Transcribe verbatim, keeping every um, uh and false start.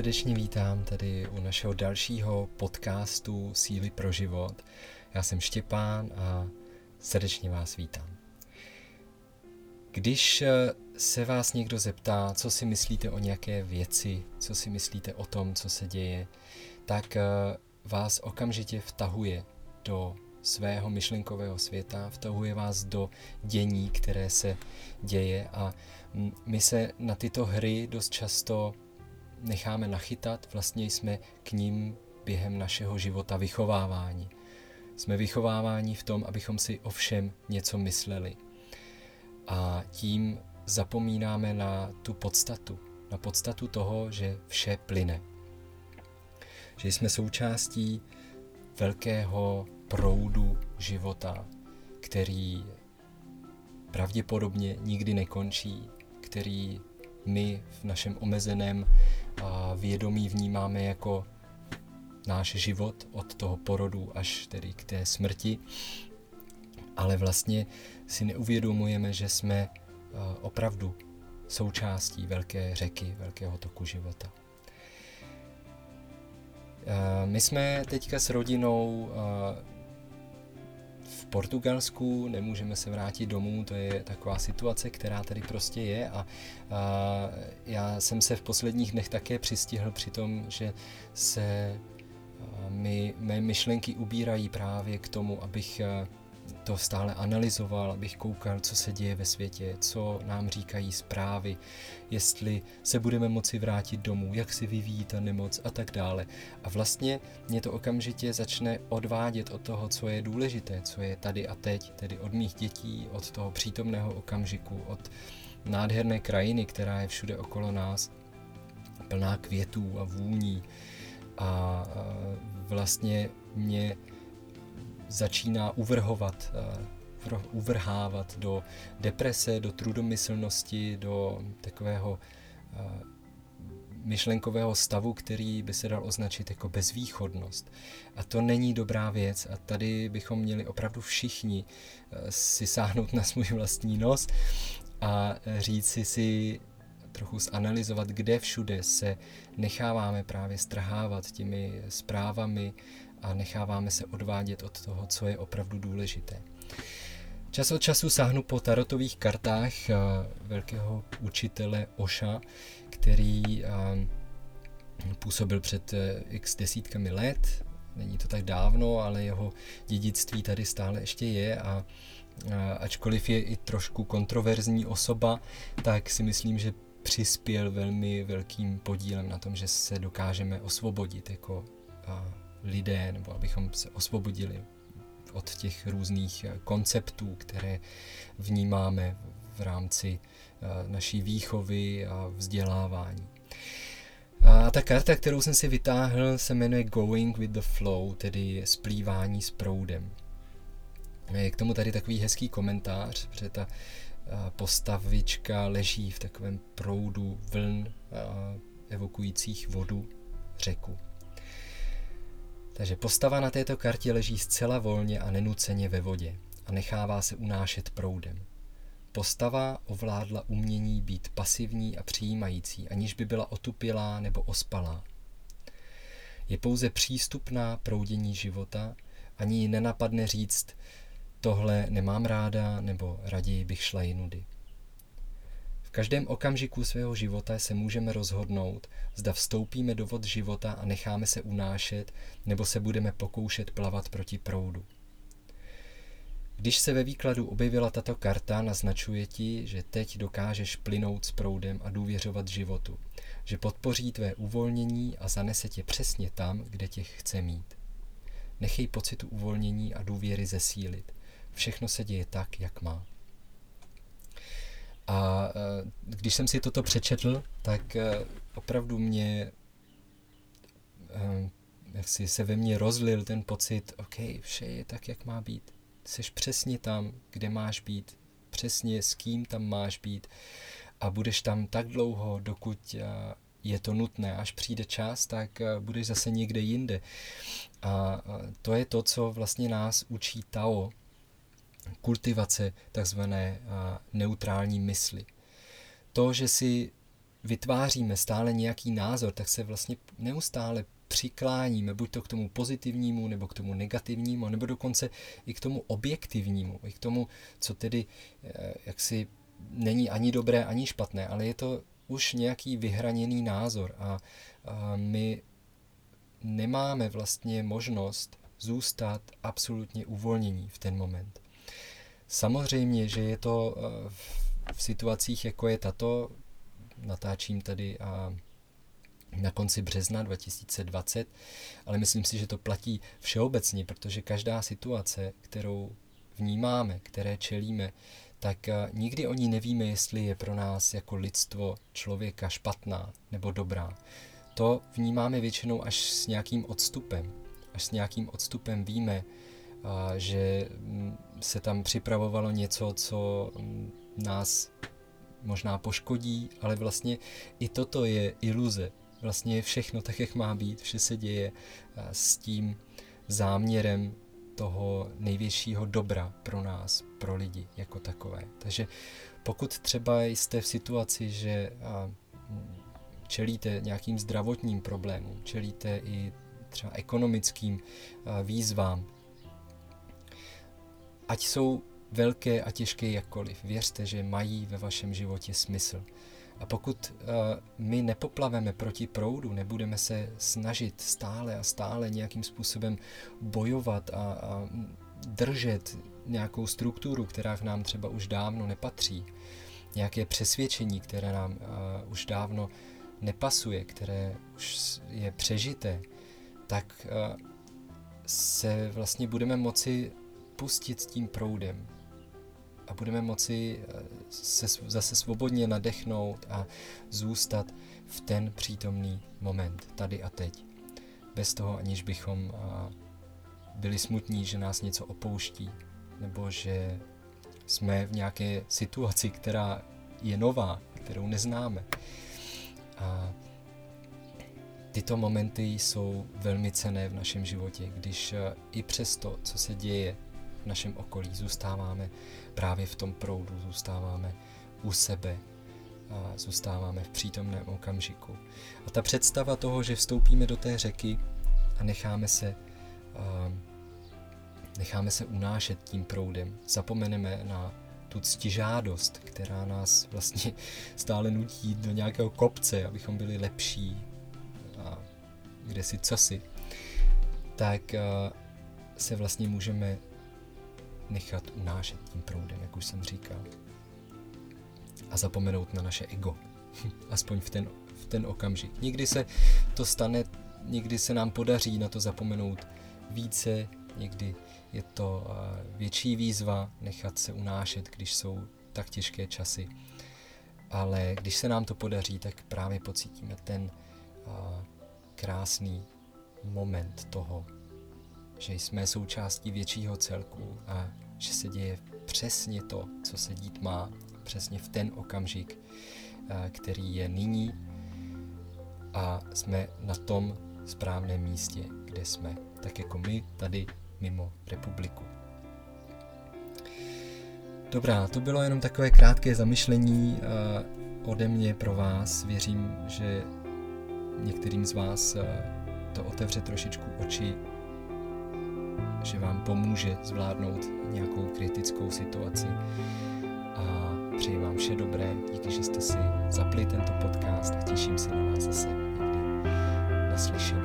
srdečně vítám tady u našeho dalšího podcastu Síly pro život. Já jsem Štěpán a srdečně vás vítám. Když se vás někdo zeptá, co si myslíte o nějaké věci, co si myslíte o tom, co se děje, tak vás okamžitě vtahuje do svého myšlenkového světa, vtahuje vás do dění, které se děje, a my se na tyto hry dost často necháme nachytat, vlastně jsme k ním během našeho života vychováváni. Jsme vychováváni v tom, abychom si o všem něco mysleli. A tím zapomínáme na tu podstatu, na podstatu toho, že vše plyne. Že jsme součástí velkého proudu života, který pravděpodobně nikdy nekončí, který my v našem omezeném vědomí vnímáme jako náš život od toho porodu až tedy k té smrti, ale vlastně si neuvědomujeme, že jsme opravdu součástí velké řeky, velkého toku života. My jsme teďka s rodinou v Portugalsku, nemůžeme se vrátit domů, to je taková situace, která tady prostě je, a, a já jsem se v posledních dnech také přistihl při tom, že se mi, mé myšlenky ubírají právě k tomu, abych to stále analyzoval, abych koukal, co se děje ve světě, co nám říkají zprávy, jestli se budeme moci vrátit domů, jak se vyvíjí ta nemoc a tak dále. A vlastně mě to okamžitě začne odvádět od toho, co je důležité, co je tady a teď, tedy od mých dětí, od toho přítomného okamžiku, od nádherné krajiny, která je všude okolo nás, plná květů a vůní. A vlastně mě začíná uvrhovat, uh, uvrhávat do deprese, do trudomyslnosti, do takového uh, myšlenkového stavu, který by se dal označit jako bezvýchodnost. A to není dobrá věc, a tady bychom měli opravdu všichni uh, si sáhnout na svůj vlastní nos a říci si, trochu zanalyzovat, kde všude se necháváme právě strhávat těmi zprávami a necháváme se odvádět od toho, co je opravdu důležité. Čas od času sáhnu po tarotových kartách velkého učitele Osha, který působil před x desítkami let. Není to tak dávno, ale jeho dědictví tady stále ještě je, a ačkoliv je i trošku kontroverzní osoba, tak si myslím, že přispěl velmi velkým podílem na tom, že se dokážeme osvobodit jako lidé, nebo abychom se osvobodili od těch různých konceptů, které vnímáme v rámci naší výchovy a vzdělávání. A ta karta, kterou jsem si vytáhl, se jmenuje Going with the Flow, tedy splývání s proudem. Je k tomu tady takový hezký komentář, protože ta postavička leží v takovém proudu vln evokujících vodu, řeku. Takže postava na této kartě leží zcela volně a nenuceně ve vodě a nechává se unášet proudem. Postava ovládla umění být pasivní a přijímající, aniž by byla otupělá nebo ospalá. Je pouze přístupná proudění života, ani ji nenapadne říct, tohle nemám ráda, nebo raději bych šla jinudy. V každém okamžiku svého života se můžeme rozhodnout, zda vstoupíme do vod života a necháme se unášet, nebo se budeme pokoušet plavat proti proudu. Když se ve výkladu objevila tato karta, naznačuje ti, že teď dokážeš plynout s proudem a důvěřovat životu, že podpoří tvé uvolnění a zanese tě přesně tam, kde tě chce mít. Nechej pocitu uvolnění a důvěry zesílit. Všechno se děje tak, jak má. A když jsem si toto přečetl, tak opravdu mě, jak si se ve mně rozlil ten pocit, OK, vše je tak, jak má být. Jseš přesně tam, kde máš být, přesně s kým tam máš být, a budeš tam tak dlouho, dokud je to nutné. Až přijde čas, tak budeš zase někde jinde. A to je to, co vlastně nás učí Tao, kultivace takzvané neutrální mysli. To, že si vytváříme stále nějaký názor, tak se vlastně neustále přikláníme buď to k tomu pozitivnímu, nebo k tomu negativnímu, nebo dokonce i k tomu objektivnímu, i k tomu, co tedy jaksi není ani dobré, ani špatné, ale je to už nějaký vyhraněný názor a, a my nemáme vlastně možnost zůstat absolutně uvolnění v ten moment. Samozřejmě, že je to v situacích, jako je tato, natáčím tady a na konci března dva tisíce dvacet, ale myslím si, že to platí všeobecně, protože každá situace, kterou vnímáme, které čelíme, tak nikdy o ní nevíme, jestli je pro nás jako lidstvo člověka špatná nebo dobrá. To vnímáme většinou až s nějakým odstupem. Až s nějakým odstupem víme, že se tam připravovalo něco, co nás možná poškodí, ale vlastně i toto je iluze. Vlastně je všechno tak, jak má být, vše se děje s tím záměrem toho největšího dobra pro nás, pro lidi jako takové. Takže pokud třeba jste v situaci, že čelíte nějakým zdravotním problémům, čelíte i třeba ekonomickým výzvám, ať jsou velké a těžké jakkoliv, věřte, že mají ve vašem životě smysl. A pokud uh, my nepoplaveme proti proudu, nebudeme se snažit stále a stále nějakým způsobem bojovat a, a držet nějakou strukturu, která k nám třeba už dávno nepatří, nějaké přesvědčení, které nám uh, už dávno nepasuje, které už je přežité, tak uh, se vlastně budeme moci pustit s tím proudem a budeme moci se zase svobodně nadechnout a zůstat v ten přítomný moment, tady a teď. Bez toho, aniž bychom byli smutní, že nás něco opouští, nebo že jsme v nějaké situaci, která je nová, kterou neznáme. A tyto momenty jsou velmi cenné v našem životě, když i přes to, co se děje v našem okolí, zůstáváme právě v tom proudu, zůstáváme u sebe a zůstáváme v přítomném okamžiku. A ta představa toho, že vstoupíme do té řeky a necháme se, a necháme se unášet tím proudem, zapomeneme na tu ctižádost, která nás vlastně stále nutí do nějakého kopce, abychom byli lepší a kdesi cosi, tak se vlastně můžeme nechat unášet tím proudem, jak už jsem říkal. A zapomenout na naše ego. Aspoň v ten, v ten okamžik. Někdy se to stane, někdy se nám podaří na to zapomenout více, někdy je to větší výzva nechat se unášet, když jsou tak těžké časy. Ale když se nám to podaří, tak právě pocítíme ten krásný moment toho, že jsme součástí většího celku a že se děje přesně to, co se dít má, přesně v ten okamžik, který je nyní a jsme na tom správném místě, kde jsme, tak jako my tady mimo republiku. Dobrá, to bylo jenom takové krátké zamyšlení ode mě pro vás. Věřím, že některým z vás to otevře trošičku oči, že vám pomůže zvládnout nějakou kritickou situaci a přeji vám vše dobré. Díky, že jste si zapli tento podcast a těším se na vás zase někdy naslyšenou.